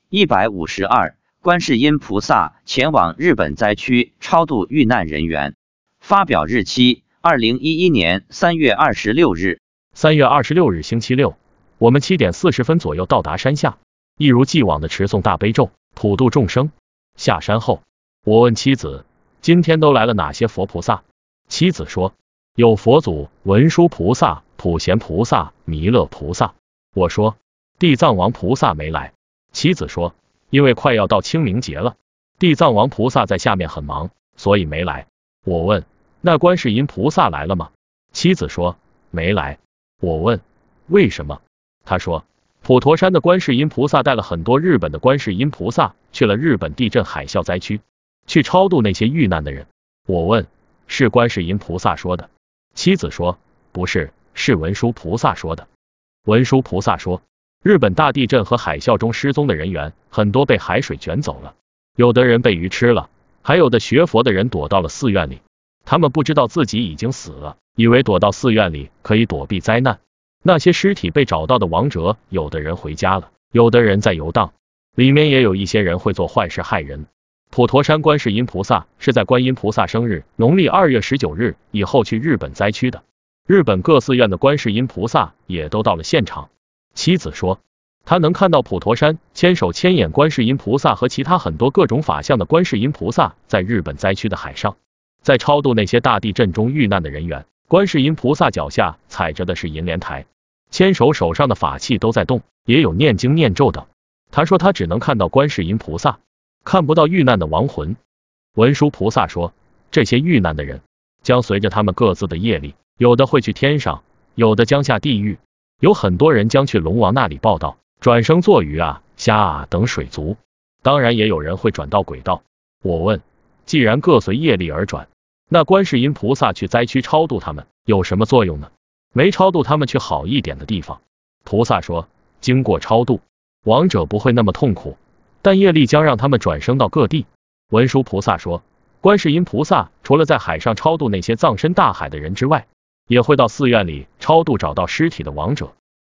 152，观世音菩萨前往日本灾区超度遇难人员。发表日期：2011年3月26日。 3月26日星期六，我们7点40分左右到达山下，一如既往的持诵大悲咒，普度众生。下山后，我问妻子，今天都来了哪些佛菩萨？妻子说，有佛祖、文殊菩萨、普贤菩萨、弥勒菩萨。我说，地藏王菩萨没来。妻子说，因为快要到清明节了，地藏王菩萨在下面很忙，所以没来。我问，那观世音菩萨来了吗？妻子说，没来。我问，为什么？他说，普陀山的观世音菩萨带了很多日本的观世音菩萨去了日本地震海啸灾区，去超度那些遇难的人。我问，是观世音菩萨说的？妻子说，不是，是文殊菩萨说的。文殊菩萨说，日本大地震和海啸中失踪的人员很多被海水卷走了，有的人被鱼吃了，还有的学佛的人躲到了寺院里，他们不知道自己已经死了，以为躲到寺院里可以躲避灾难。那些尸体被找到的亡者，有的人回家了，有的人在游荡，里面也有一些人会做坏事害人。普陀山观世音菩萨是在观音菩萨生日农历2月19日以后去日本灾区的，日本各寺院的观世音菩萨也都到了现场。妻子说，他能看到普陀山千手千眼观世音菩萨和其他很多各种法相的观世音菩萨在日本灾区的海上，在超度那些大地震中遇难的人员。观世音菩萨脚下踩着的是银莲台，千手手上的法器都在动，也有念经念咒的。他说他只能看到观世音菩萨，看不到遇难的亡魂。文殊菩萨说，这些遇难的人将随着他们各自的业力，有的会去天上，有的将下地狱，有很多人将去龙王那里报道，转生做鱼啊、虾啊等水族，当然也有人会转到鬼道。我问，既然各随业力而转，那观世音菩萨去灾区超度他们有什么作用呢？没超度他们去好一点的地方。菩萨说，经过超度，亡者不会那么痛苦，但业力将让他们转生到各地。文殊菩萨说，观世音菩萨除了在海上超度那些葬身大海的人之外，也会到寺院里超度找到尸体的亡者。